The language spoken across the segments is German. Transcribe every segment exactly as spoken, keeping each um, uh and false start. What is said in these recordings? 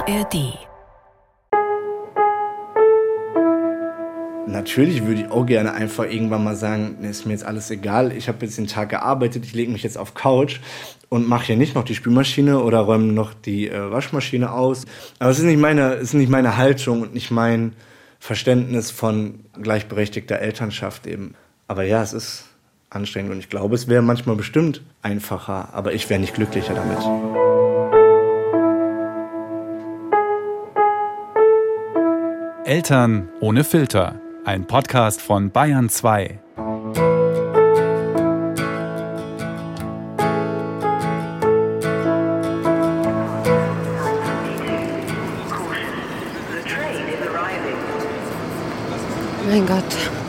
A R D. Natürlich würde ich auch gerne einfach irgendwann mal sagen, ist mir jetzt alles egal, ich habe jetzt den Tag gearbeitet, ich lege mich jetzt auf Couch und mache hier nicht noch die Spülmaschine oder räume noch die äh, Waschmaschine aus. Aber es ist nicht meine, es ist nicht meine Haltung und nicht mein Verständnis von gleichberechtigter Elternschaft eben. Aber ja, es ist anstrengend und ich glaube, es wäre manchmal bestimmt einfacher, aber ich wäre nicht glücklicher damit. Eltern ohne Filter. Ein Podcast von Bayern zwei. Mein Gott,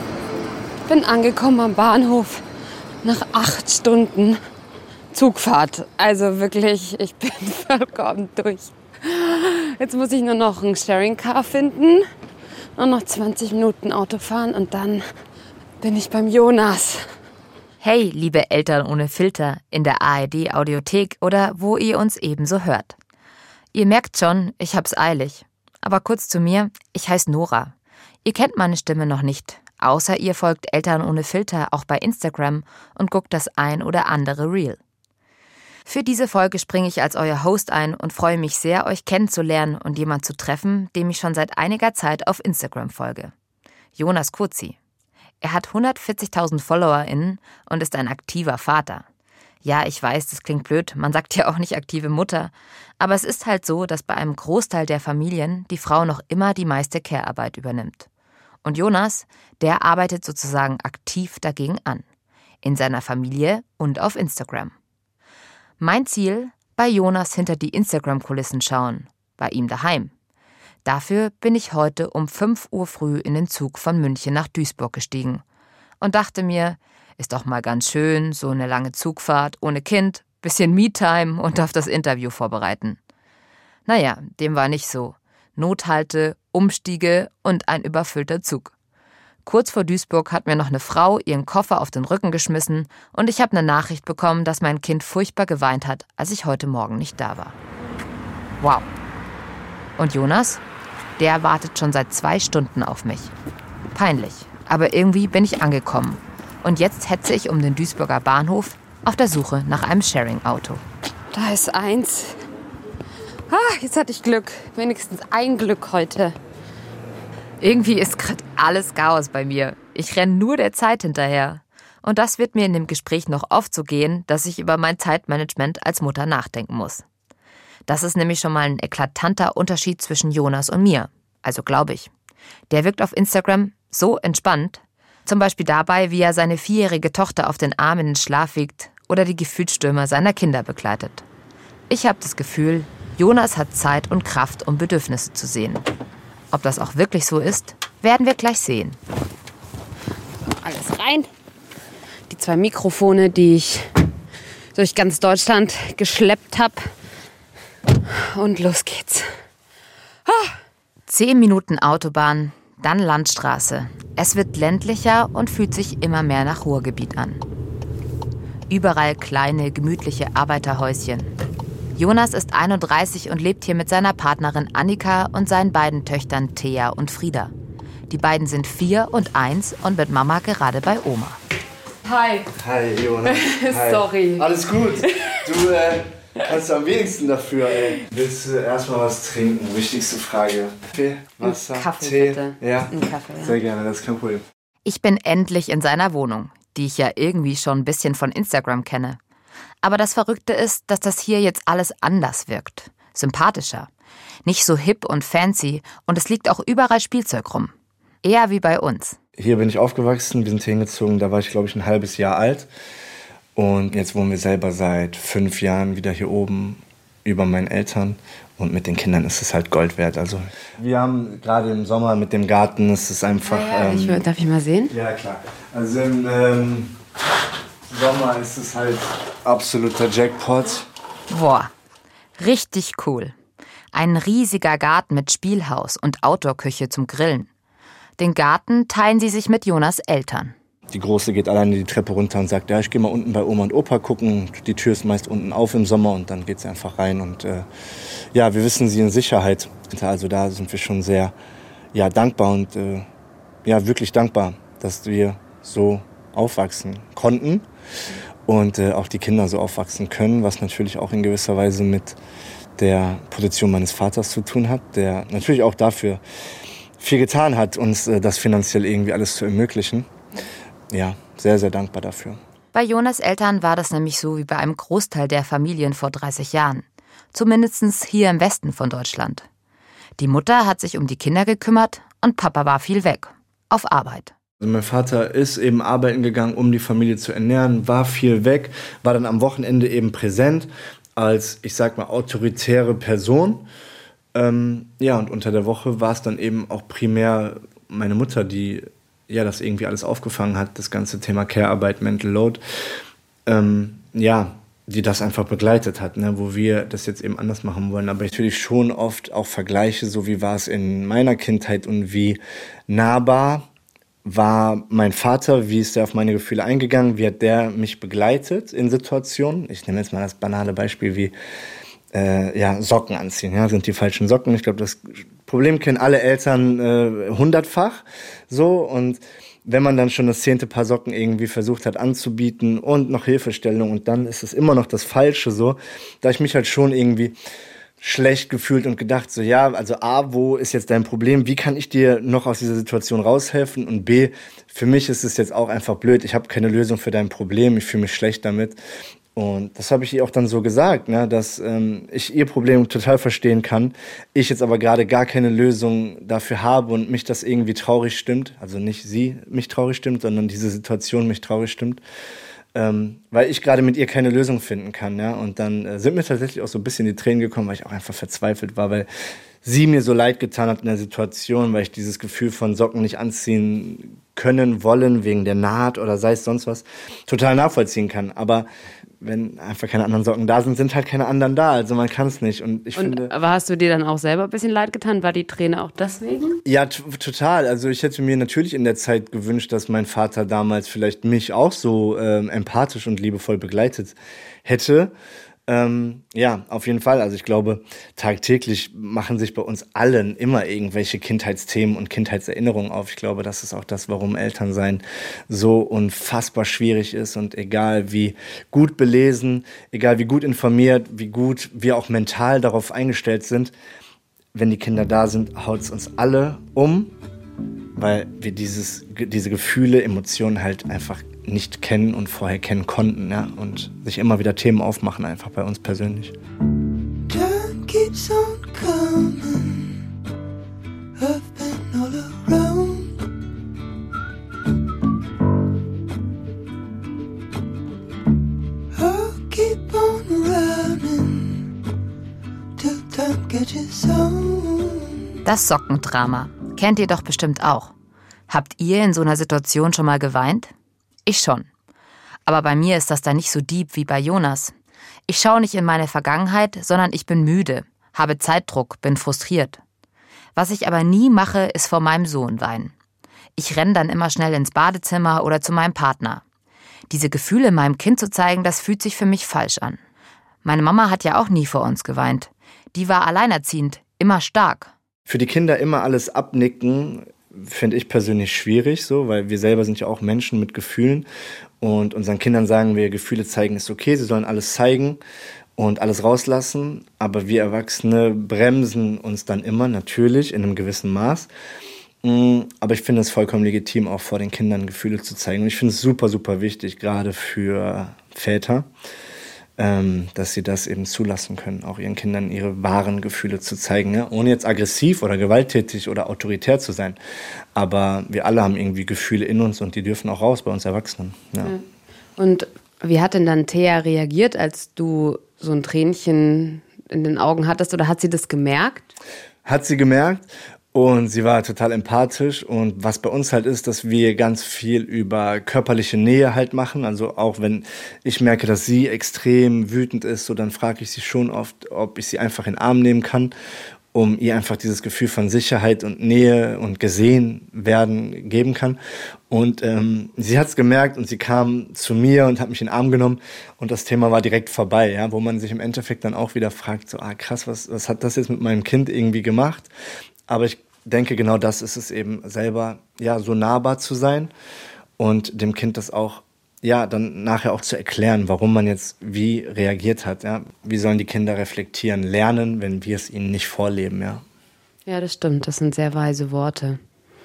ich bin angekommen am Bahnhof nach acht Stunden Zugfahrt. Also wirklich, ich bin vollkommen durch. Jetzt muss ich nur noch ein Sharing Car finden. Nur noch zwanzig Minuten Auto fahren und dann bin ich beim Jonas. Hey, liebe Eltern ohne Filter in der A R D Audiothek oder wo ihr uns ebenso hört. Ihr merkt schon, ich hab's eilig. Aber kurz zu mir, ich heiße Nora. Ihr kennt meine Stimme noch nicht, außer ihr folgt Eltern ohne Filter auch bei Instagram und guckt das ein oder andere Reel. Für diese Folge springe ich als euer Host ein und freue mich sehr, euch kennenzulernen und jemand zu treffen, dem ich schon seit einiger Zeit auf Instagram folge. Jonas Kozi. Er hat hundertvierzigtausend FollowerInnen und ist ein aktiver Vater. Ja, ich weiß, das klingt blöd, man sagt ja auch nicht aktive Mutter, aber es ist halt so, dass bei einem Großteil der Familien die Frau noch immer die meiste Care-Arbeit übernimmt. Und Jonas, der arbeitet sozusagen aktiv dagegen an. In seiner Familie und auf Instagram. Mein Ziel, bei Jonas hinter die Instagram-Kulissen schauen, bei ihm daheim. Dafür bin ich heute um fünf Uhr früh in den Zug von München nach Duisburg gestiegen und dachte mir, ist doch mal ganz schön, so eine lange Zugfahrt ohne Kind, bisschen Me-Time und auf das Interview vorbereiten. Naja, dem war nicht so. Nothalte, Umstiege und ein überfüllter Zug. Kurz vor Duisburg hat mir noch eine Frau ihren Koffer auf den Rücken geschmissen und ich habe eine Nachricht bekommen, dass mein Kind furchtbar geweint hat, als ich heute Morgen nicht da war. Wow. Und Jonas? Der wartet schon seit zwei Stunden auf mich. Peinlich, aber irgendwie bin ich angekommen. Und jetzt hetze ich um den Duisburger Bahnhof auf der Suche nach einem Sharing-Auto. Da ist eins. Ah, jetzt hatte ich Glück. Wenigstens ein Glück heute. Irgendwie ist gerade alles Chaos bei mir. Ich renne nur der Zeit hinterher. Und das wird mir in dem Gespräch noch oft so gehen, dass ich über mein Zeitmanagement als Mutter nachdenken muss. Das ist nämlich schon mal ein eklatanter Unterschied zwischen Jonas und mir. Also glaube ich. Der wirkt auf Instagram so entspannt. Zum Beispiel dabei, wie er seine vierjährige Tochter auf den Arm in den Schlaf wiegt oder die Gefühlsstürme seiner Kinder begleitet. Ich habe das Gefühl, Jonas hat Zeit und Kraft, um Bedürfnisse zu sehen. Ob das auch wirklich so ist, werden wir gleich sehen. Alles rein. Die zwei Mikrofone, die ich durch ganz Deutschland geschleppt habe. Und los geht's. Ah. Zehn Minuten Autobahn, dann Landstraße. Es wird ländlicher und fühlt sich immer mehr nach Ruhrgebiet an. Überall kleine, gemütliche Arbeiterhäuschen. Jonas ist einunddreißig und lebt hier mit seiner Partnerin Annika und seinen beiden Töchtern Thea und Frieda. Die beiden sind vier und eins und mit Mama gerade bei Oma. Hi. Hi, Jonas. Hi. Sorry. Alles gut. Du äh, kannst am wenigsten dafür, ey. Willst du erstmal was trinken? Wichtigste Frage. Kaffee, Wasser, Kaffee, Tee? bitte. Ja, Ein Kaffee, ja. Sehr gerne, das ist kein Problem. Ich bin endlich in seiner Wohnung, die ich ja irgendwie schon ein bisschen von Instagram kenne. Aber das Verrückte ist, dass das hier jetzt alles anders wirkt. Sympathischer. Nicht so hip und fancy und es liegt auch überall Spielzeug rum. Eher wie bei uns. Hier bin ich aufgewachsen, wir sind hingezogen, da war ich glaube ich ein halbes Jahr alt. Und jetzt wohnen wir selber seit fünf Jahren wieder hier oben über meinen Eltern. Und mit den Kindern ist es halt Gold wert. Also wir haben gerade im Sommer mit dem Garten, es ist einfach... Ja, ja, ähm, ich, darf ich mal sehen? Ja, klar. Also im ähm, Sommer ist es halt absoluter Jackpot. Boah, richtig cool. Ein riesiger Garten mit Spielhaus und Outdoor-Küche zum Grillen. Den Garten teilen sie sich mit Jonas' Eltern. Die Große geht alleine die Treppe runter und sagt, ja, ich gehe mal unten bei Oma und Opa gucken. Die Tür ist meist unten auf im Sommer und dann geht sie einfach rein. Und äh, ja, wir wissen sie in Sicherheit. Also da sind wir schon sehr ja, dankbar und äh, ja, wirklich dankbar, dass wir so aufwachsen konnten und äh, auch die Kinder so aufwachsen können, was natürlich auch in gewisser Weise mit der Position meines Vaters zu tun hat, der natürlich auch dafür viel getan hat, uns äh, das finanziell irgendwie alles zu ermöglichen. Ja, sehr, sehr dankbar dafür. Bei Jonas Eltern war das nämlich so wie bei einem Großteil der Familien vor dreißig Jahren. Zumindest hier im Westen von Deutschland. Die Mutter hat sich um die Kinder gekümmert und Papa war viel weg. Auf Arbeit. Also mein Vater ist eben arbeiten gegangen, um die Familie zu ernähren, war viel weg, war dann am Wochenende eben präsent als, ich sag mal, autoritäre Person. Ähm, ja, und unter der Woche war es dann eben auch primär meine Mutter, die ja das irgendwie alles aufgefangen hat, das ganze Thema Care-Arbeit, Mental Load, ähm, ja, die das einfach begleitet hat, ne, wo wir das jetzt eben anders machen wollen. Aber natürlich schon oft auch Vergleiche, so wie war es in meiner Kindheit und wie nahbar war mein Vater, wie ist der auf meine Gefühle eingegangen, wie hat der mich begleitet in Situationen. Ich nehme jetzt mal das banale Beispiel wie äh, ja, Socken anziehen, ja, sind die falschen Socken. Ich glaube, das Problem kennen alle Eltern äh, hundertfach so, und wenn man dann schon das zehnte Paar Socken irgendwie versucht hat anzubieten und noch Hilfestellung und dann ist es immer noch das Falsche so, da ich mich halt schon irgendwie schlecht gefühlt und gedacht so, ja, also A, wo ist jetzt dein Problem, wie kann ich dir noch aus dieser Situation raushelfen, und B, für mich ist es jetzt auch einfach blöd, ich habe keine Lösung für dein Problem, ich fühle mich schlecht damit. Und das habe ich ihr auch dann so gesagt, ne, dass ähm, ich ihr Problem total verstehen kann, ich jetzt aber gerade gar keine Lösung dafür habe und mich das irgendwie traurig stimmt. Also nicht sie mich traurig stimmt, sondern diese Situation mich traurig stimmt, ähm, weil ich gerade mit ihr keine Lösung finden kann. Ja? Und dann äh, sind mir tatsächlich auch so ein bisschen die Tränen gekommen, weil ich auch einfach verzweifelt war, weil sie mir so leid getan hat in der Situation, weil ich dieses Gefühl von Socken nicht anziehen können, wollen, wegen der Naht oder sei es sonst was, total nachvollziehen kann. Aber wenn einfach keine anderen Socken da sind, sind halt keine anderen da. Also man kann es nicht. Und ich und, finde. Aber hast du dir dann auch selber ein bisschen leid getan? War die Träne auch deswegen? Ja, t- total. Also ich hätte mir natürlich in der Zeit gewünscht, dass mein Vater damals vielleicht mich auch so ähm, empathisch und liebevoll begleitet hätte. Ähm, ja, auf jeden Fall. Also ich glaube, tagtäglich machen sich bei uns allen immer irgendwelche Kindheitsthemen und Kindheitserinnerungen auf. Ich glaube, das ist auch das, warum Elternsein so unfassbar schwierig ist. Und egal wie gut belesen, egal wie gut informiert, wie gut wir auch mental darauf eingestellt sind, wenn die Kinder da sind, haut es uns alle um, weil wir dieses, diese Gefühle, Emotionen halt einfach nicht kennen und vorher kennen konnten, ja, und sich immer wieder Themen aufmachen, einfach bei uns persönlich. Time keeps on coming. I've been all around. I'll keep on running till time catches on. Das Sockendrama kennt ihr doch bestimmt auch. Habt ihr in so einer Situation schon mal geweint? Ich schon. Aber bei mir ist das dann nicht so deep wie bei Jonas. Ich schaue nicht in meine Vergangenheit, sondern ich bin müde, habe Zeitdruck, bin frustriert. Was ich aber nie mache, ist vor meinem Sohn weinen. Ich renne dann immer schnell ins Badezimmer oder zu meinem Partner. Diese Gefühle meinem Kind zu zeigen, das fühlt sich für mich falsch an. Meine Mama hat ja auch nie vor uns geweint. Die war alleinerziehend, immer stark. Für die Kinder immer alles abnicken, finde ich persönlich schwierig, so, weil wir selber sind ja auch Menschen mit Gefühlen und unseren Kindern sagen wir, Gefühle zeigen ist okay, sie sollen alles zeigen und alles rauslassen, aber wir Erwachsene bremsen uns dann immer, natürlich, in einem gewissen Maß, aber ich finde es vollkommen legitim, auch vor den Kindern Gefühle zu zeigen und ich finde es super, super wichtig, gerade für Väter, Ähm, dass sie das eben zulassen können, auch ihren Kindern ihre wahren Gefühle zu zeigen, ne? Ohne jetzt aggressiv oder gewalttätig oder autoritär zu sein. Aber wir alle haben irgendwie Gefühle in uns und die dürfen auch raus bei uns Erwachsenen. Ja. Und wie hat denn dann Thea reagiert, als du so ein Tränchen in den Augen hattest, oder hat sie das gemerkt? Hat sie gemerkt. Und sie war total empathisch und was bei uns halt ist, dass wir ganz viel über körperliche Nähe halt machen. Also auch wenn ich merke, dass sie extrem wütend ist, so dann frage ich sie schon oft, ob ich sie einfach in den Arm nehmen kann. um ihr einfach dieses Gefühl von Sicherheit und Nähe und gesehen werden geben kann. Und ähm, sie hat es gemerkt und sie kam zu mir und hat mich in den Arm genommen und das Thema war direkt vorbei, ja, wo man sich im Endeffekt dann auch wieder fragt, so, ah krass, was, was hat das jetzt mit meinem Kind irgendwie gemacht? Aber ich denke, genau das ist es eben, selber ja so nahbar zu sein und dem Kind das auch ja dann nachher auch zu erklären, warum man jetzt wie reagiert hat. Ja? Wie sollen die Kinder reflektieren, lernen, wenn wir es ihnen nicht vorleben? Ja, ja, das stimmt. Das sind sehr weise Worte.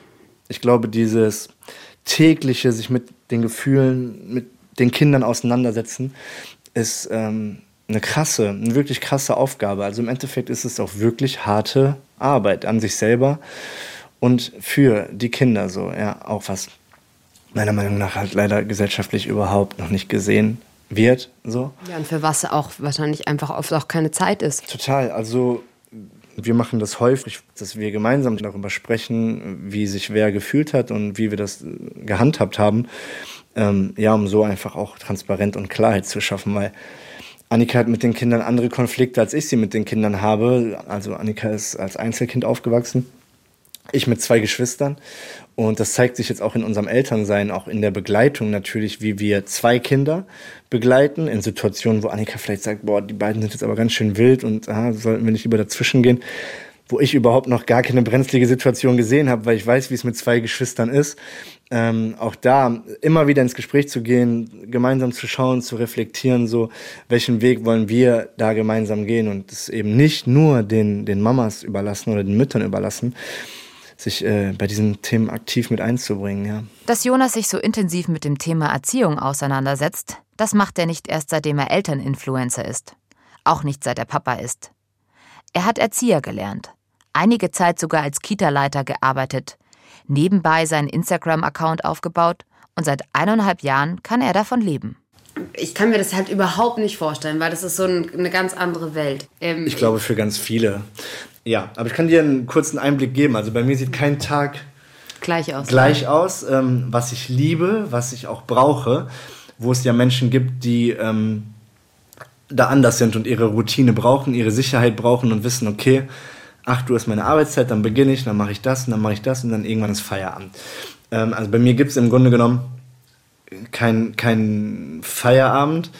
Ich glaube, dieses tägliche sich mit den Gefühlen, mit den Kindern auseinandersetzen, ist ähm, eine krasse, eine wirklich krasse Aufgabe. Also im Endeffekt ist es auch wirklich harte Arbeit an sich selber und für die Kinder so. Ja, auch was meiner Meinung nach halt leider gesellschaftlich überhaupt noch nicht gesehen wird. So. Ja, und für was auch wahrscheinlich einfach oft auch keine Zeit ist. Total, also wir machen das häufig, dass wir gemeinsam darüber sprechen, wie sich wer gefühlt hat und wie wir das gehandhabt haben. Ähm, ja, um so einfach auch Transparenz und Klarheit zu schaffen, weil Annika hat mit den Kindern andere Konflikte, als ich sie mit den Kindern habe. Also Annika ist als Einzelkind aufgewachsen. Ich mit zwei Geschwistern und das zeigt sich jetzt auch in unserem Elternsein, auch in der Begleitung natürlich, wie wir zwei Kinder begleiten, in Situationen, wo Annika vielleicht sagt, boah, die beiden sind jetzt aber ganz schön wild und aha, sollten wir nicht lieber dazwischen gehen, wo ich überhaupt noch gar keine brenzlige Situation gesehen habe, weil ich weiß, wie es mit zwei Geschwistern ist. Ähm, auch da immer wieder ins Gespräch zu gehen, gemeinsam zu schauen, zu reflektieren, so welchen Weg wollen wir da gemeinsam gehen und es eben nicht nur den, den Mamas überlassen oder den Müttern überlassen, sich äh, bei diesen Themen aktiv mit einzubringen, ja. Dass Jonas sich so intensiv mit dem Thema Erziehung auseinandersetzt, das macht er nicht erst seitdem er Elterninfluencer ist. Auch nicht seit er Papa ist. Er hat Erzieher gelernt. Einige Zeit sogar als Kita-Leiter gearbeitet. Nebenbei seinen Instagram-Account aufgebaut und seit eineinhalb Jahren kann er davon leben. Ich kann mir das halt überhaupt nicht vorstellen, weil das ist so ein, eine ganz andere Welt. Ähm, ich glaube für ganz viele. Ja, aber ich kann dir einen kurzen Einblick geben. Also bei mir sieht kein Tag gleich aus, gleich aus ähm, was ich liebe, was ich auch brauche, wo es ja Menschen gibt, die ähm, da anders sind und ihre Routine brauchen, ihre Sicherheit brauchen und wissen, okay, acht Uhr ist meine Arbeitszeit, dann beginne ich, dann mache ich das und dann mache ich das und dann irgendwann ist Feierabend. Ähm, also bei mir gibt es im Grunde genommen kein, kein Feierabend,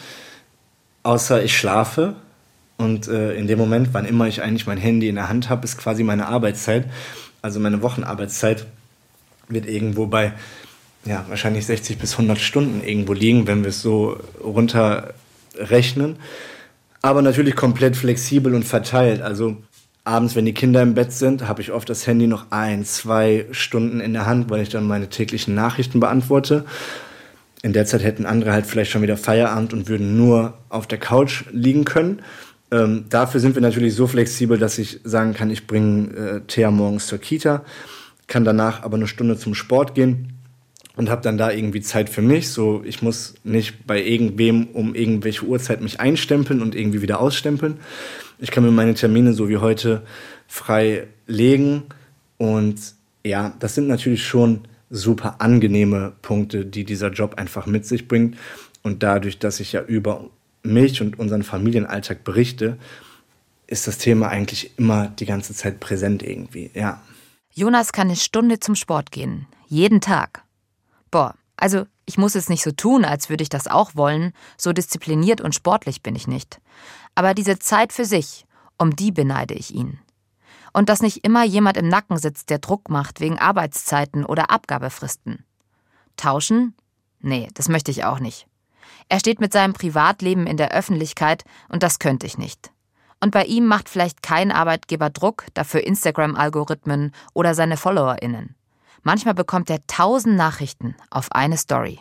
außer ich schlafe. Und äh, in dem Moment, wann immer ich eigentlich mein Handy in der Hand habe, ist quasi meine Arbeitszeit. Also meine Wochenarbeitszeit wird irgendwo bei ja, wahrscheinlich sechzig bis hundert Stunden irgendwo liegen, wenn wir es so runterrechnen. Aber natürlich komplett flexibel und verteilt. Also abends, wenn die Kinder im Bett sind, habe ich oft das Handy noch ein, zwei Stunden in der Hand, weil ich dann meine täglichen Nachrichten beantworte. In der Zeit hätten andere halt vielleicht schon wieder Feierabend und würden nur auf der Couch liegen können. Ähm, dafür sind wir natürlich so flexibel, dass ich sagen kann, ich bringe äh, Thea morgens zur Kita, kann danach aber eine Stunde zum Sport gehen und habe dann da irgendwie Zeit für mich. So, ich muss nicht bei irgendwem um irgendwelche Uhrzeit mich einstempeln und irgendwie wieder ausstempeln. Ich kann mir meine Termine so wie heute frei legen und ja, das sind natürlich schon super angenehme Punkte, die dieser Job einfach mit sich bringt und dadurch, dass ich ja über mich und unseren Familienalltag berichte, ist das Thema eigentlich immer die ganze Zeit präsent irgendwie, ja. Jonas kann eine Stunde zum Sport gehen, jeden Tag. Boah, also ich muss es nicht so tun, als würde ich das auch wollen, so diszipliniert und sportlich bin ich nicht. Aber diese Zeit für sich, um die beneide ich ihn. Und dass nicht immer jemand im Nacken sitzt, der Druck macht wegen Arbeitszeiten oder Abgabefristen. Tauschen? Nee, das möchte ich auch nicht. Er steht mit seinem Privatleben in der Öffentlichkeit und das könnte ich nicht. Und bei ihm macht vielleicht kein Arbeitgeber Druck, dafür Instagram-Algorithmen oder seine FollowerInnen. Manchmal bekommt er tausend Nachrichten auf eine Story.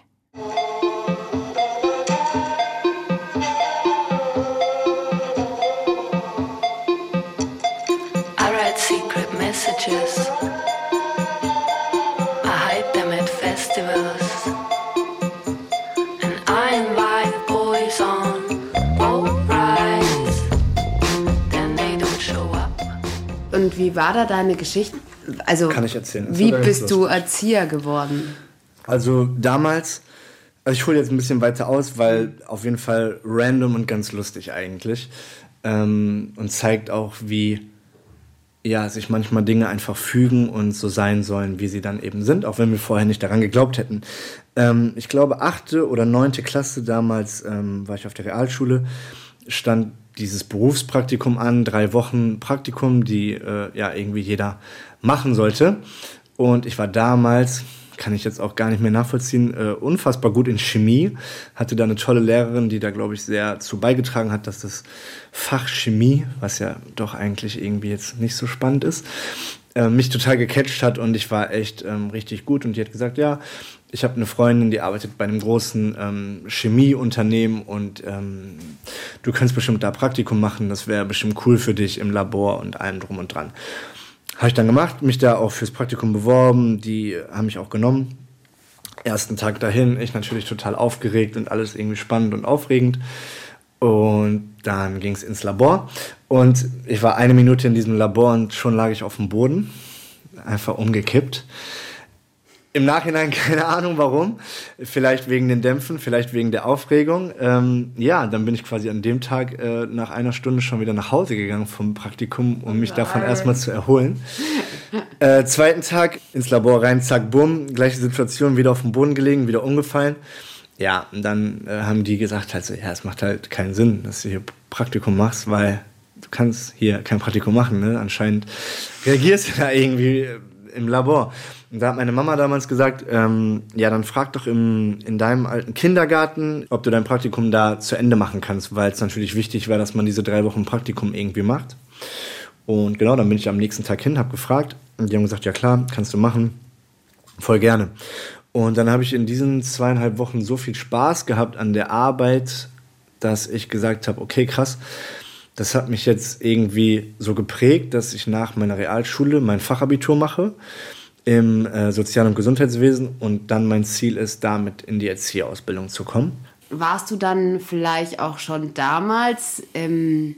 I write secret messages. I hide them at festivals. Und wie war da deine Geschichte? Also, kann ich erzählen. Wie bist du Erzieher geworden? Also damals, also ich hole jetzt ein bisschen weiter aus, weil auf jeden Fall random und ganz lustig eigentlich. Ähm, und zeigt auch, wie ja, sich manchmal Dinge einfach fügen und so sein sollen, wie sie dann eben sind, auch wenn wir vorher nicht daran geglaubt hätten. Ähm, ich glaube, achte oder neunte Klasse damals ähm, war ich auf der Realschule, stand dieses Berufspraktikum an, drei Wochen Praktikum, die äh, ja irgendwie jeder machen sollte. Und ich war damals, kann ich jetzt auch gar nicht mehr nachvollziehen, äh, unfassbar gut in Chemie. Hatte da eine tolle Lehrerin, die da, glaube ich, sehr zu beigetragen hat, dass das Fach Chemie, was ja doch eigentlich irgendwie jetzt nicht so spannend ist, äh, mich total gecatcht hat und ich war echt ähm, richtig gut. Und die hat gesagt, ja, ich habe eine Freundin, die arbeitet bei einem großen ähm, Chemieunternehmen und ähm, du kannst bestimmt da Praktikum machen, das wäre bestimmt cool für dich im Labor und allem drum und dran. Habe ich dann gemacht, mich da auch fürs Praktikum beworben, die haben mich auch genommen. Ersten Tag dahin, ich natürlich total aufgeregt und alles irgendwie spannend und aufregend. Und dann ging es ins Labor und ich war eine Minute in diesem Labor und schon lag ich auf dem Boden, einfach umgekippt. Im Nachhinein keine Ahnung warum, vielleicht wegen den Dämpfen, vielleicht wegen der Aufregung. Ähm, ja, dann bin ich quasi an dem Tag äh, nach einer Stunde schon wieder nach Hause gegangen vom Praktikum, um mich davon erstmal zu erholen. Äh, zweiten Tag ins Labor rein, zack, bumm, gleiche Situation, wieder auf dem Boden gelegen, wieder umgefallen. Ja, und dann äh, haben die gesagt, halt so, ja, es macht halt keinen Sinn, dass du hier Praktikum machst, weil du kannst hier kein Praktikum machen, ne? Anscheinend reagierst du da irgendwie im Labor. Und da hat meine Mama damals gesagt, ähm, ja, dann frag doch im, in deinem alten Kindergarten, ob du dein Praktikum da zu Ende machen kannst, weil es natürlich wichtig war, dass man diese drei Wochen Praktikum irgendwie macht. Und genau, dann bin ich am nächsten Tag hin, habe gefragt und die haben gesagt, ja klar, kannst du machen, voll gerne. Und dann habe ich in diesen zweieinhalb Wochen so viel Spaß gehabt an der Arbeit, dass ich gesagt habe, okay, krass, das hat mich jetzt irgendwie so geprägt, dass ich nach meiner Realschule mein Fachabitur mache im äh, Sozial- und Gesundheitswesen und dann mein Ziel ist, damit in die Erzieherausbildung zu kommen. Warst du dann vielleicht auch schon damals ähm,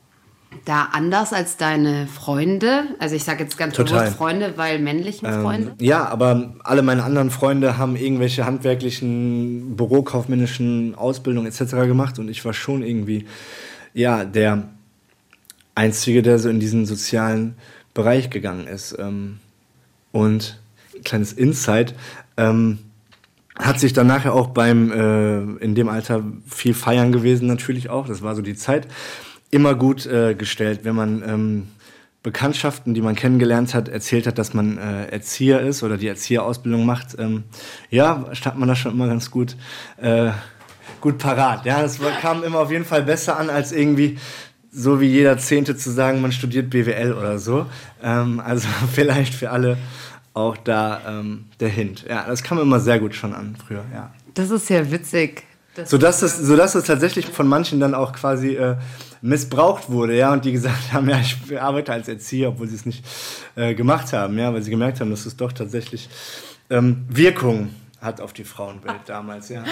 da anders als deine Freunde? Also ich sage jetzt ganz Total. bewusst Freunde, weil männlichen Freunde? Ähm, ja, aber alle meine anderen Freunde haben irgendwelche handwerklichen, bürokaufmännischen Ausbildungen et cetera gemacht und ich war schon irgendwie ja der Einzige, der so in diesen sozialen Bereich gegangen ist. Ähm, Und ein kleines Insight, ähm, hat sich dann nachher auch beim, äh, in dem Alter viel feiern gewesen natürlich auch, das war so die Zeit, immer gut äh, gestellt, wenn man ähm, Bekanntschaften, die man kennengelernt hat, erzählt hat, dass man äh, Erzieher ist oder die Erzieherausbildung macht, ähm, ja, stand man da schon immer ganz gut, äh, gut parat. Ja, das war, kam immer auf jeden Fall besser an, als irgendwie so wie jeder Zehnte zu sagen, man studiert B W L oder so. Ähm, also vielleicht für alle auch da ähm, der Hint. Ja, das kam immer sehr gut schon an früher, ja. Das ist ja witzig. Das sodass es, sodass es tatsächlich von manchen dann auch quasi äh, missbraucht wurde, ja, und die gesagt haben, ja, ich arbeite als Erzieher, obwohl sie es nicht äh, gemacht haben, ja, weil sie gemerkt haben, dass es doch tatsächlich ähm, Wirkung hat auf die Frauenwelt damals, ja.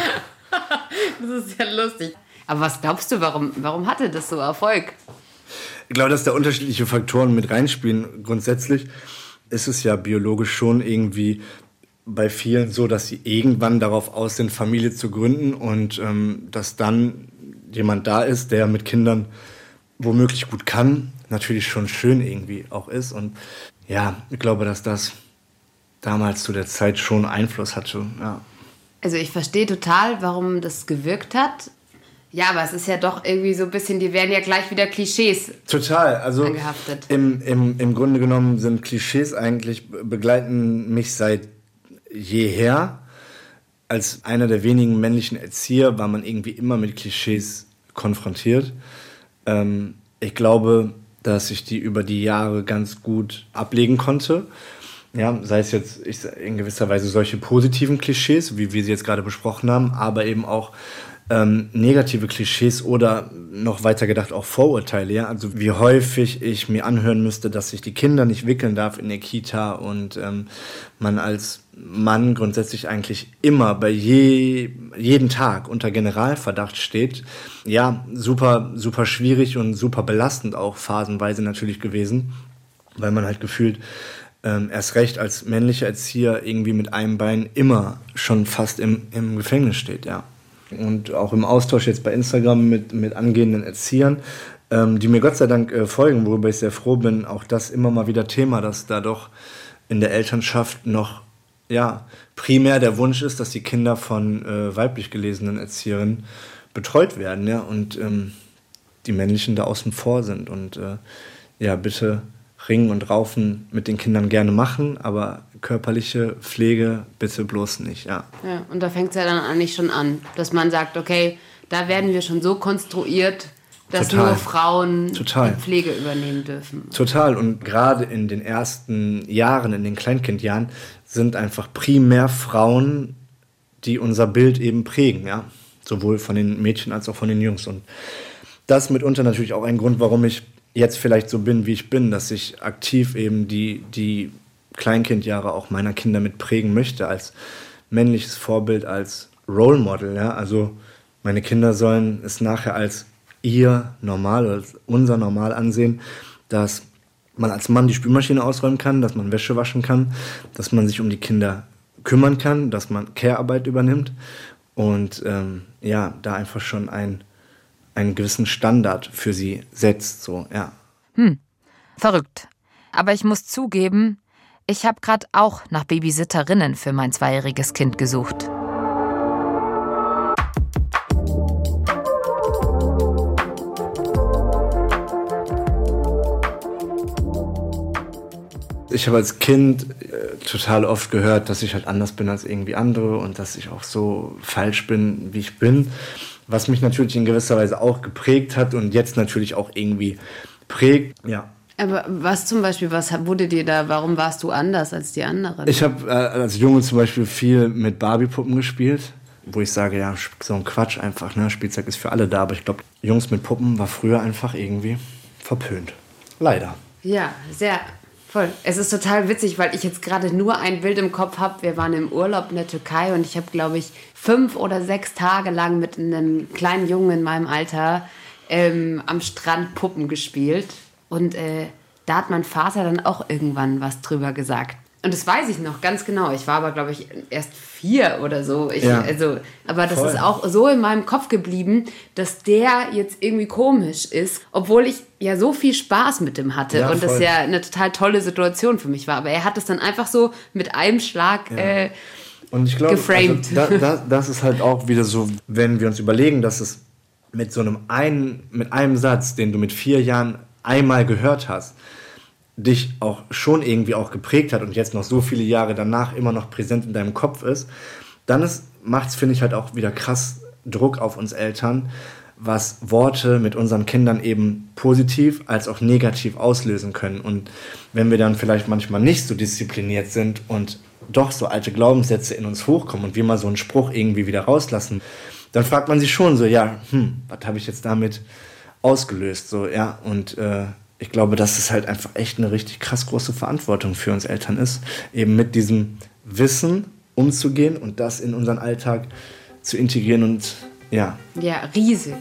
Das ist ja lustig. Aber was glaubst du, warum, warum hatte das so Erfolg? Ich glaube, dass da unterschiedliche Faktoren mit reinspielen. Grundsätzlich ist es ja biologisch schon irgendwie bei vielen so, dass sie irgendwann darauf aus sind, Familie zu gründen und ähm, dass dann jemand da ist, der mit Kindern womöglich gut kann, natürlich schon schön irgendwie auch ist. Und ja, ich glaube, dass das damals zu der Zeit schon Einfluss hatte. Ja. Also ich verstehe total, warum das gewirkt hat. Ja, aber es ist ja doch irgendwie so ein bisschen, die werden ja gleich wieder Klischees Total, also angehaftet. Im, im, im Grunde genommen sind Klischees eigentlich, begleiten mich seit jeher. Als einer der wenigen männlichen Erzieher war man irgendwie immer mit Klischees konfrontiert. Ähm, ich glaube, dass ich die über die Jahre ganz gut ablegen konnte. Ja, sei es jetzt ich, in gewisser Weise solche positiven Klischees, wie wir sie jetzt gerade besprochen haben, aber eben auch Ähm, negative Klischees oder noch weiter gedacht auch Vorurteile, ja, also wie häufig ich mir anhören müsste, dass ich die Kinder nicht wickeln darf in der Kita und ähm, man als Mann grundsätzlich eigentlich immer bei je, jeden Tag unter Generalverdacht steht. Ja, super, super schwierig und super belastend auch phasenweise natürlich gewesen, weil man halt gefühlt ähm, erst recht als männlicher Erzieher irgendwie mit einem Bein immer schon fast im, im Gefängnis steht, ja. Und auch im Austausch jetzt bei Instagram mit, mit angehenden Erziehern ähm, die mir Gott sei Dank äh, folgen, worüber ich sehr froh bin. Auch das immer mal wieder Thema, dass da doch in der Elternschaft noch ja, primär der Wunsch ist, dass die Kinder von äh, weiblich gelesenen Erzieherinnen betreut werden, ja, und ähm, die männlichen da außen vor sind. Und äh, ja, bitte Ringen und Raufen mit den Kindern gerne machen, aber körperliche Pflege bitte bloß nicht, ja. Ja, und da fängt es ja dann eigentlich schon an, dass man sagt, okay, da werden wir schon so konstruiert, dass Total. nur Frauen Total. die Pflege übernehmen dürfen. Total. Und gerade in den ersten Jahren, in den Kleinkindjahren, sind einfach primär Frauen, die unser Bild eben prägen, ja. Sowohl von den Mädchen als auch von den Jungs. Und das ist mitunter natürlich auch ein Grund, warum ich jetzt vielleicht so bin, wie ich bin, dass ich aktiv eben die, die Kleinkindjahre auch meiner Kinder mit prägen möchte, als männliches Vorbild, als Role Model, ja. Also meine Kinder sollen es nachher als ihr Normal oder als unser Normal ansehen, dass man als Mann die Spülmaschine ausräumen kann, dass man Wäsche waschen kann, dass man sich um die Kinder kümmern kann, dass man Care-Arbeit übernimmt und ähm, ja, da einfach schon ein, einen gewissen Standard für sie setzt, so, ja. Hm, verrückt. Aber ich muss zugeben, ich habe gerade auch nach Babysitterinnen für mein zweijähriges Kind gesucht. Ich habe als Kind äh, total oft gehört, dass ich halt anders bin als irgendwie andere und dass ich auch so falsch bin, wie ich bin. Was mich natürlich in gewisser Weise auch geprägt hat und jetzt natürlich auch irgendwie prägt, ja. Aber was zum Beispiel, was wurde dir da, warum warst du anders als die anderen? Ich habe äh, als Junge zum Beispiel viel mit Barbie-Puppen gespielt, wo ich sage, ja, so ein Quatsch einfach, ne? Spielzeug ist für alle da, aber ich glaube, Jungs mit Puppen war früher einfach irgendwie verpönt. Leider. Ja, sehr... Voll. Es ist total witzig, weil ich jetzt gerade nur ein Bild im Kopf habe. Wir waren im Urlaub in der Türkei und ich habe, glaube ich, fünf oder sechs Tage lang mit einem kleinen Jungen in meinem Alter ähm, am Strand Puppen gespielt. Und äh, da hat mein Vater dann auch irgendwann was drüber gesagt. Und das weiß ich noch ganz genau. Ich war aber, glaube ich, erst vier oder so. Ich, ja. also, aber das Voll. ist auch so in meinem Kopf geblieben, dass der jetzt irgendwie komisch ist, obwohl ich ja so viel Spaß mit dem hatte Ja, und das voll. ja eine total tolle Situation für mich war. Aber er hat es dann einfach so mit einem Schlag Ja. äh, Und ich glaube, geframed. also, da, da, das ist halt auch wieder so, wenn wir uns überlegen, dass es mit so einem einen, mit einem Satz, den du mit vier Jahren einmal gehört hast, dich auch schon irgendwie auch geprägt hat und jetzt noch so viele Jahre danach immer noch präsent in deinem Kopf ist, dann macht es, finde ich, halt auch wieder krass Druck auf uns Eltern, was Worte mit unseren Kindern eben positiv als auch negativ auslösen können. Und wenn wir dann vielleicht manchmal nicht so diszipliniert sind und doch so alte Glaubenssätze in uns hochkommen und wir mal so einen Spruch irgendwie wieder rauslassen, dann fragt man sich schon so, ja, hm, was habe ich jetzt damit ausgelöst? So, ja, und äh, ich glaube, dass es halt einfach echt eine richtig krass große Verantwortung für uns Eltern ist, eben mit diesem Wissen umzugehen und das in unseren Alltag zu integrieren und ja. ja, riesig.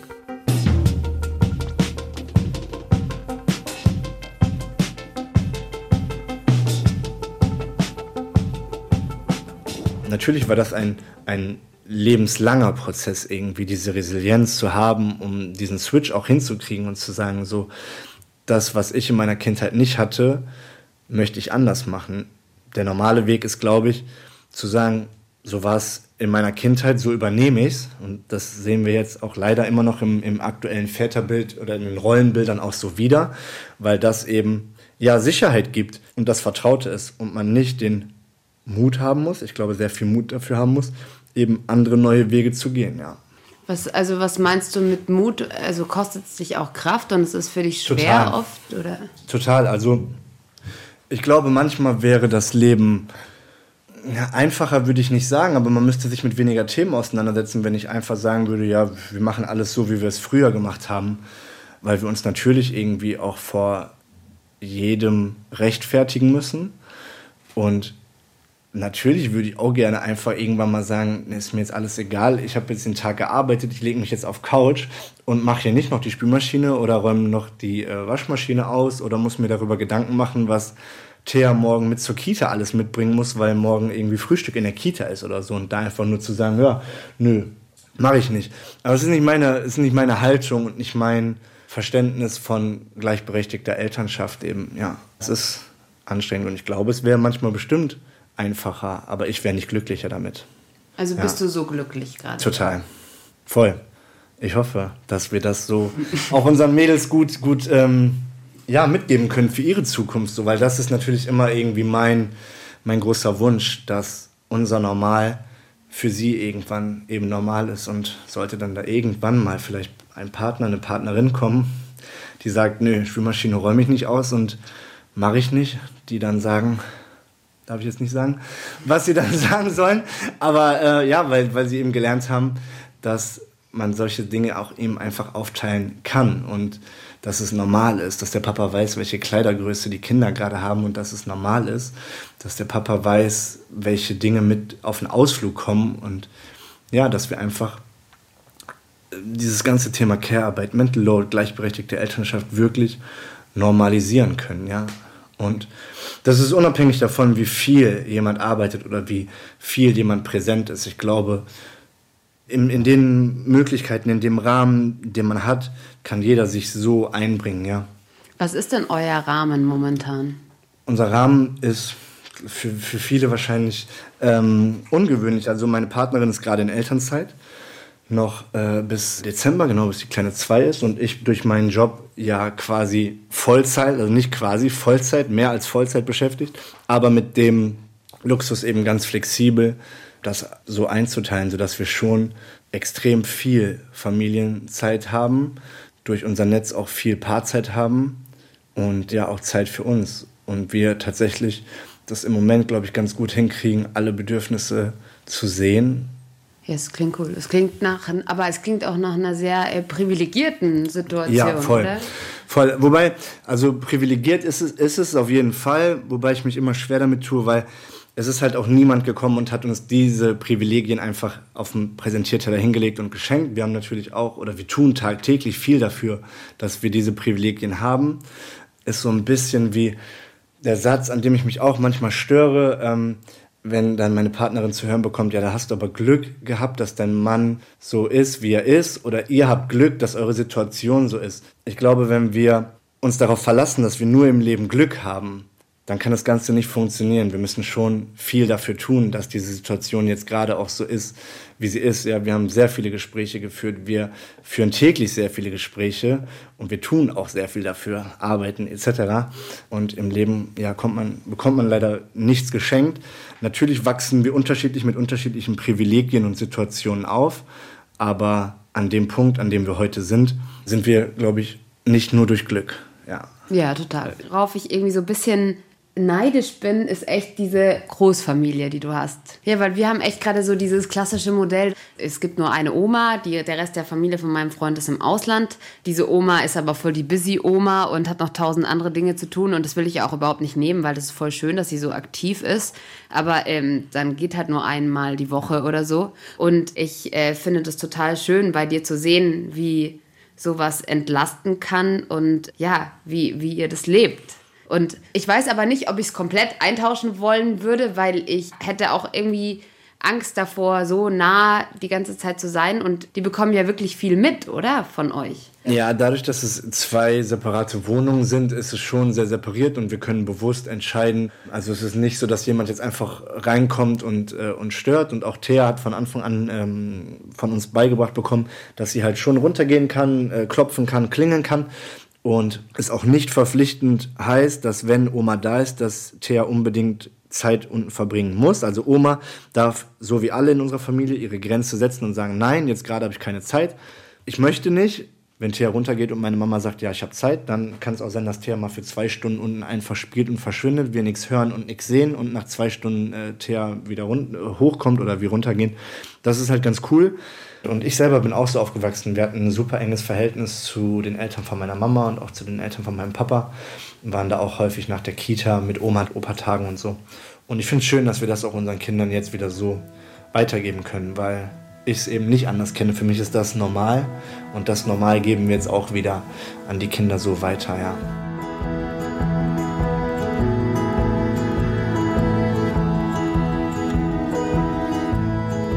Natürlich war das ein, ein lebenslanger Prozess irgendwie, diese Resilienz zu haben, um diesen Switch auch hinzukriegen und zu sagen, so, das, was ich in meiner Kindheit nicht hatte, möchte ich anders machen. Der normale Weg ist, glaube ich, zu sagen, so war es in meiner Kindheit, so übernehme ich es. Und das sehen wir jetzt auch leider immer noch im, im aktuellen Väterbild oder in den Rollenbildern auch so wieder, weil das eben ja Sicherheit gibt und das Vertraute ist und man nicht den Mut haben muss, ich glaube, sehr viel Mut dafür haben muss, eben andere neue Wege zu gehen, ja. Was, also was meinst du mit Mut? Also kostet es dich auch Kraft und es ist für dich schwer Total. oft? Oder? Total, also ich glaube, manchmal wäre das Leben ja, einfacher, würde ich nicht sagen, aber man müsste sich mit weniger Themen auseinandersetzen, wenn ich einfach sagen würde, ja, wir machen alles so, wie wir es früher gemacht haben, weil wir uns natürlich irgendwie auch vor jedem rechtfertigen müssen und natürlich würde ich auch gerne einfach irgendwann mal sagen, ist mir jetzt alles egal, ich habe jetzt den Tag gearbeitet, ich lege mich jetzt auf Couch und mache hier nicht noch die Spülmaschine oder räume noch die äh, Waschmaschine aus oder muss mir darüber Gedanken machen, was Thea morgen mit zur Kita alles mitbringen muss, weil morgen irgendwie Frühstück in der Kita ist oder so und da einfach nur zu sagen, ja, nö, mache ich nicht. Aber es ist nicht meine, es ist nicht meine Haltung und nicht mein Verständnis von gleichberechtigter Elternschaft eben, ja, es ist anstrengend und ich glaube, es wäre manchmal bestimmt einfacher, aber ich wäre nicht glücklicher damit. Also bist ja. du so glücklich gerade? Total. Voll. Ich hoffe, dass wir das so auch unseren Mädels gut, gut ähm, ja, mitgeben können für ihre Zukunft, so, weil das ist natürlich immer irgendwie mein, mein großer Wunsch, dass unser Normal für sie irgendwann eben normal ist und sollte dann da irgendwann mal vielleicht ein Partner, eine Partnerin kommen, die sagt, nö, Spülmaschine räume ich nicht aus und mache ich nicht, die dann sagen, darf ich jetzt nicht sagen, was sie dann sagen sollen, aber äh, ja, weil, weil sie eben gelernt haben, dass man solche Dinge auch eben einfach aufteilen kann und dass es normal ist, dass der Papa weiß, welche Kleidergröße die Kinder gerade haben und dass es normal ist, dass der Papa weiß, welche Dinge mit auf den Ausflug kommen und ja, dass wir einfach dieses ganze Thema Care-Arbeit, Mental Load, gleichberechtigte Elternschaft wirklich normalisieren können, ja. Und das ist unabhängig davon, wie viel jemand arbeitet oder wie viel jemand präsent ist. Ich glaube, in, in den Möglichkeiten, in dem Rahmen, den man hat, kann jeder sich so einbringen, ja. Was ist denn euer Rahmen momentan? Unser Rahmen ist für, für viele wahrscheinlich ähm, ungewöhnlich. Also meine Partnerin ist gerade in Elternzeit, noch äh, bis Dezember, genau bis die Kleine zwei ist und ich durch meinen Job ja quasi Vollzeit, also nicht quasi Vollzeit, mehr als Vollzeit beschäftigt, aber mit dem Luxus eben ganz flexibel, das so einzuteilen, sodass wir schon extrem viel Familienzeit haben, durch unser Netz auch viel Paarzeit haben und ja auch Zeit für uns. Und wir tatsächlich das im Moment, glaube ich, ganz gut hinkriegen, alle Bedürfnisse zu sehen. Ja, es klingt cool. Es klingt nach, aber es klingt auch nach einer sehr äh, privilegierten Situation, ja, voll. oder? Voll. Wobei, also privilegiert ist es, ist es auf jeden Fall, wobei ich mich immer schwer damit tue, weil es ist halt auch niemand gekommen und hat uns diese Privilegien einfach auf dem Präsentierteller hingelegt und geschenkt. Wir haben natürlich auch, oder wir tun tagtäglich viel dafür, dass wir diese Privilegien haben. Ist so ein bisschen wie der Satz, an dem ich mich auch manchmal störe, ähm, wenn dann meine Partnerin zu hören bekommt, ja, da hast du aber Glück gehabt, dass dein Mann so ist, wie er ist, oder ihr habt Glück, dass eure Situation so ist. Ich glaube, wenn wir uns darauf verlassen, dass wir nur im Leben Glück haben, dann kann das Ganze nicht funktionieren. Wir müssen schon viel dafür tun, dass diese Situation jetzt gerade auch so ist, wie sie ist. Ja, wir haben sehr viele Gespräche geführt, wir führen täglich sehr viele Gespräche und wir tun auch sehr viel dafür, arbeiten et cetera. Und im Leben ja, kommt man, bekommt man leider nichts geschenkt. Natürlich wachsen wir unterschiedlich mit unterschiedlichen Privilegien und Situationen auf, aber an dem Punkt, an dem wir heute sind, sind wir, glaube ich, nicht nur durch Glück. Ja, ja, total. Worauf ich irgendwie so ein bisschen neidisch bin, ist echt diese Großfamilie, die du hast. Ja, weil wir haben echt gerade so dieses klassische Modell. Es gibt nur eine Oma, die, der Rest der Familie von meinem Freund ist im Ausland. Diese Oma ist aber voll die Busy-Oma und hat noch tausend andere Dinge zu tun und das will ich auch überhaupt nicht nehmen, weil das ist voll schön, dass sie so aktiv ist. Aber ähm, dann geht halt nur einmal die Woche oder so. Und ich äh, finde das total schön, bei dir zu sehen, wie sowas entlasten kann und ja, wie, wie ihr das lebt. Und ich weiß aber nicht, ob ich es komplett eintauschen wollen würde, weil ich hätte auch irgendwie Angst davor, so nah die ganze Zeit zu sein. Und die bekommen ja wirklich viel mit, oder? Von euch. Ja, dadurch, dass es zwei separate Wohnungen sind, ist es schon sehr separiert und wir können bewusst entscheiden. Also es ist nicht so, dass jemand jetzt einfach reinkommt und, äh, und stört. Und auch Thea hat von Anfang an ähm, von uns beigebracht bekommen, dass sie halt schon runtergehen kann, äh, klopfen kann, klingeln kann. Und es auch nicht verpflichtend heißt, dass wenn Oma da ist, dass Thea unbedingt Zeit unten verbringen muss. Also Oma darf, so wie alle in unserer Familie, ihre Grenze setzen und sagen, nein, jetzt gerade habe ich keine Zeit. Ich möchte nicht. Wenn Thea runtergeht und meine Mama sagt, ja, ich habe Zeit, dann kann es auch sein, dass Thea mal für zwei Stunden unten einfach spielt und verschwindet, wir nichts hören und nichts sehen und nach zwei Stunden äh, Thea wieder run- äh, hochkommt oder wir runtergehen. Das ist halt ganz cool. Und ich selber bin auch so aufgewachsen. Wir hatten ein super enges Verhältnis zu den Eltern von meiner Mama und auch zu den Eltern von meinem Papa. Wir waren da auch häufig nach der Kita mit Oma und Opa-Tagen und so. Und ich finde es schön, dass wir das auch unseren Kindern jetzt wieder so weitergeben können, weil ich es eben nicht anders kenne. Für mich ist das normal und das Normal geben wir jetzt auch wieder an die Kinder so weiter, ja.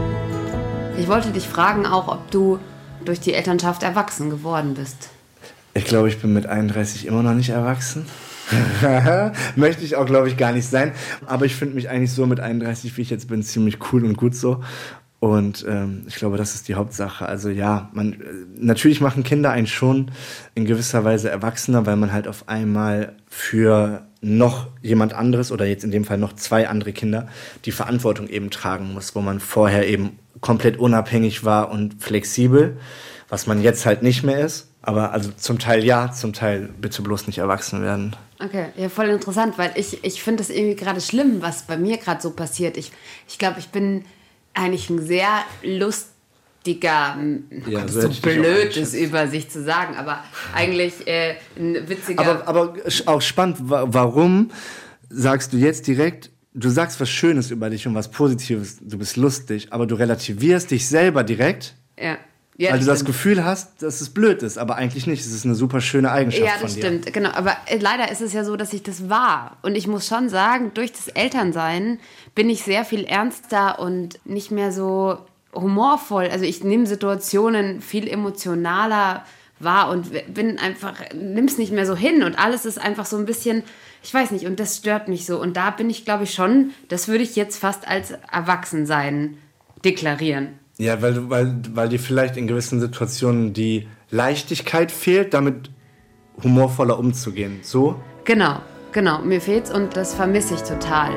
Ich wollte dich fragen auch, ob du durch die Elternschaft erwachsen geworden bist. Ich glaube, ich bin mit einunddreißig immer noch nicht erwachsen. Möchte ich auch, glaube ich, gar nicht sein. Aber ich finde mich eigentlich so mit einunddreißig, wie ich jetzt bin, ziemlich cool und gut so. Und ähm, ich glaube, das ist die Hauptsache. Also ja, man, natürlich machen Kinder einen schon in gewisser Weise erwachsener, weil man halt auf einmal für noch jemand anderes oder jetzt in dem Fall noch zwei andere Kinder die Verantwortung eben tragen muss, wo man vorher eben komplett unabhängig war und flexibel, was man jetzt halt nicht mehr ist. Aber also zum Teil ja, zum Teil bitte bloß nicht erwachsen werden. Okay, ja, voll interessant, weil ich, ich finde es irgendwie gerade schlimm, was bei mir gerade so passiert. Ich, ich glaube, ich bin eigentlich ein sehr lustiger, ja, Gott, so so blöd ist über sich zu sagen, aber eigentlich äh, ein witziger... Aber, aber auch spannend, warum sagst du jetzt direkt, du sagst was Schönes über dich und was Positives, du bist lustig, aber du relativierst dich selber direkt? Ja. Ja, weil das du das stimmt. Gefühl hast, dass es blöd ist, aber eigentlich nicht. Es ist eine super schöne Eigenschaft ja, von dir. Ja, das stimmt, genau. Aber äh, leider ist es ja so, dass ich das war. Und ich muss schon sagen, durch das Elternsein bin ich sehr viel ernster und nicht mehr so humorvoll. Also ich nehme Situationen viel emotionaler wahr und bin einfach, nimm's nicht mehr so hin. Und alles ist einfach so ein bisschen, ich weiß nicht, und das stört mich so. Und da bin ich, glaube ich, schon, das würde ich jetzt fast als Erwachsensein deklarieren. Ja, weil, du, weil, weil dir vielleicht in gewissen Situationen die Leichtigkeit fehlt, damit humorvoller umzugehen. So? Genau, genau. Mir fehlt's und das vermisse ich total.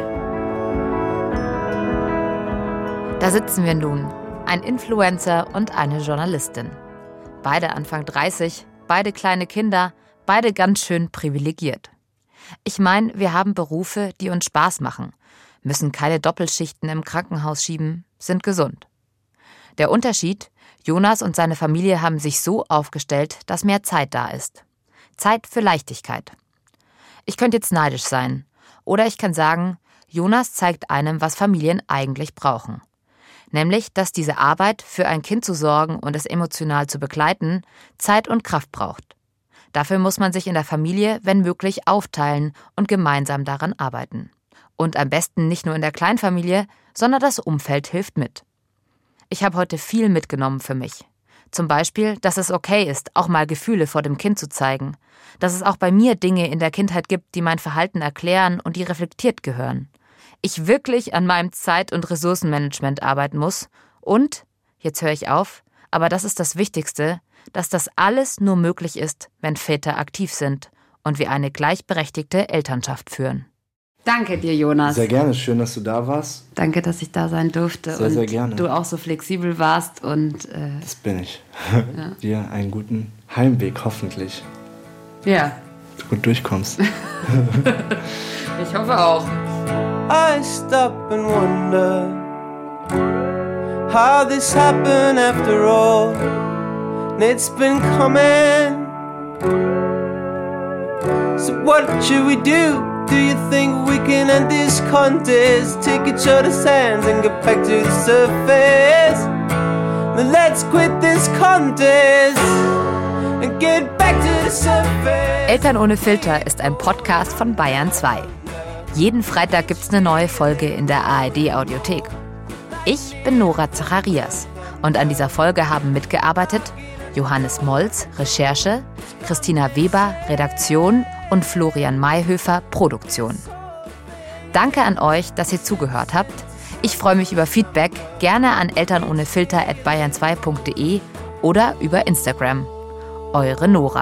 Da sitzen wir nun, ein Influencer und eine Journalistin. Beide Anfang dreißig, beide kleine Kinder, beide ganz schön privilegiert. Ich meine, wir haben Berufe, die uns Spaß machen, müssen keine Doppelschichten im Krankenhaus schieben, sind gesund. Der Unterschied, Jonas und seine Familie haben sich so aufgestellt, dass mehr Zeit da ist. Zeit für Leichtigkeit. Ich könnte jetzt neidisch sein. Oder ich kann sagen, Jonas zeigt einem, was Familien eigentlich brauchen. Nämlich, dass diese Arbeit, für ein Kind zu sorgen und es emotional zu begleiten, Zeit und Kraft braucht. Dafür muss man sich in der Familie, wenn möglich, aufteilen und gemeinsam daran arbeiten. Und am besten nicht nur in der Kleinfamilie, sondern das Umfeld hilft mit. Ich habe heute viel mitgenommen für mich. Zum Beispiel, dass es okay ist, auch mal Gefühle vor dem Kind zu zeigen. Dass es auch bei mir Dinge in der Kindheit gibt, die mein Verhalten erklären und die reflektiert gehören. Ich wirklich an meinem Zeit- und Ressourcenmanagement arbeiten muss. Und, jetzt höre ich auf, aber das ist das Wichtigste, dass das alles nur möglich ist, wenn Väter aktiv sind und wir eine gleichberechtigte Elternschaft führen. Danke dir, Jonas. Sehr gerne, schön, dass du da warst. Danke, dass ich da sein durfte. Sehr, und sehr gerne. Du auch so flexibel warst. Und, äh, das bin ich. Ja. Dir einen guten Heimweg, hoffentlich. Ja. Du gut durchkommst. Ich hoffe auch. I stop and wonder how this happened after all. And it's been coming. So what should we do? Do you think we can end this contest? Take each other's hands and get back to the surface. Then let's quit this contest and get back to the surface. Eltern ohne Filter ist ein Podcast von Bayern zwei. Jeden Freitag gibt's eine neue Folge in der A R D-Audiothek. Ich bin Nora Zacharias und an dieser Folge haben mitgearbeitet Johannes Molz, Recherche, Christina Weber, Redaktion und Florian Mayhöfer, Produktion. Danke an euch, dass ihr zugehört habt. Ich freue mich über Feedback, gerne an elternohnefilter at bayern zwei punkt de oder über Instagram. Eure Nora.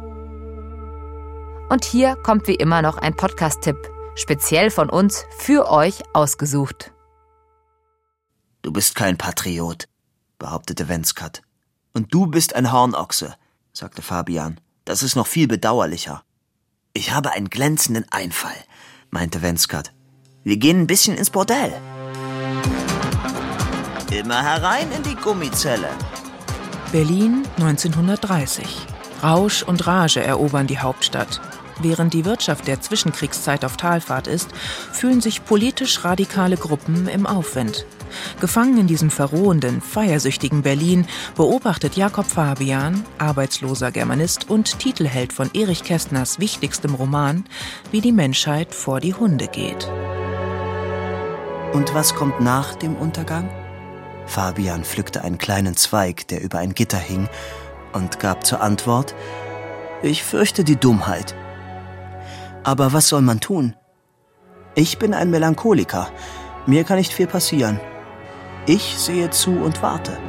Und hier kommt wie immer noch ein Podcast-Tipp, speziell von uns für euch ausgesucht. Du bist kein Patriot, behauptete Venskat. Und du bist ein Hornochse, sagte Fabian. Das ist noch viel bedauerlicher. Ich habe einen glänzenden Einfall, meinte Venskat. Wir gehen ein bisschen ins Bordell. Immer herein in die Gummizelle. Berlin neunzehnhundertdreißig. Rausch und Rage erobern die Hauptstadt. Während die Wirtschaft der Zwischenkriegszeit auf Talfahrt ist, fühlen sich politisch radikale Gruppen im Aufwind. Gefangen in diesem verrohenden, feiersüchtigen Berlin beobachtet Jakob Fabian, arbeitsloser Germanist und Titelheld von Erich Kästners wichtigstem Roman, wie die Menschheit vor die Hunde geht. Und was kommt nach dem Untergang? Fabian pflückte einen kleinen Zweig, der über ein Gitter hing, und gab zur Antwort: Ich fürchte die Dummheit. Aber was soll man tun? Ich bin ein Melancholiker. Mir kann nicht viel passieren. Ich sehe zu und warte.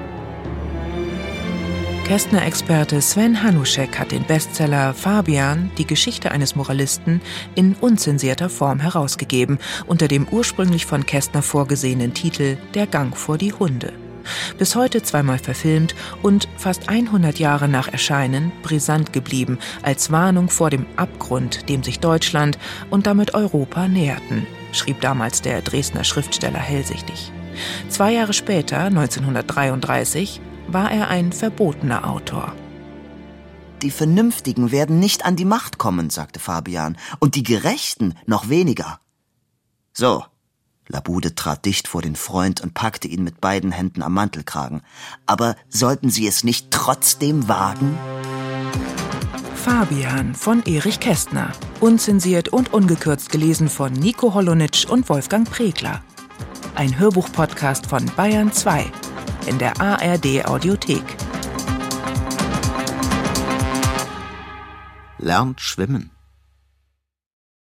Kästner-Experte Sven Hanuschek hat den Bestseller Fabian, die Geschichte eines Moralisten, in unzensierter Form herausgegeben, unter dem ursprünglich von Kästner vorgesehenen Titel Der Gang vor die Hunde. Bis heute zweimal verfilmt und fast hundert Jahre nach Erscheinen brisant geblieben, als Warnung vor dem Abgrund, dem sich Deutschland und damit Europa näherten, schrieb damals der Dresdner Schriftsteller hellsichtig. Zwei Jahre später, neunzehnhundertdreiunddreißig, war er ein verbotener Autor. Die Vernünftigen werden nicht an die Macht kommen, sagte Fabian, und die Gerechten noch weniger. So, Labude trat dicht vor den Freund und packte ihn mit beiden Händen am Mantelkragen. Aber sollten sie es nicht trotzdem wagen? Fabian von Erich Kästner, unzensiert und ungekürzt gelesen von Nico Holonitsch und Wolfgang Pregler. Ein Hörbuch-Podcast von Bayern zwei in der A R D-Audiothek. Lernt schwimmen.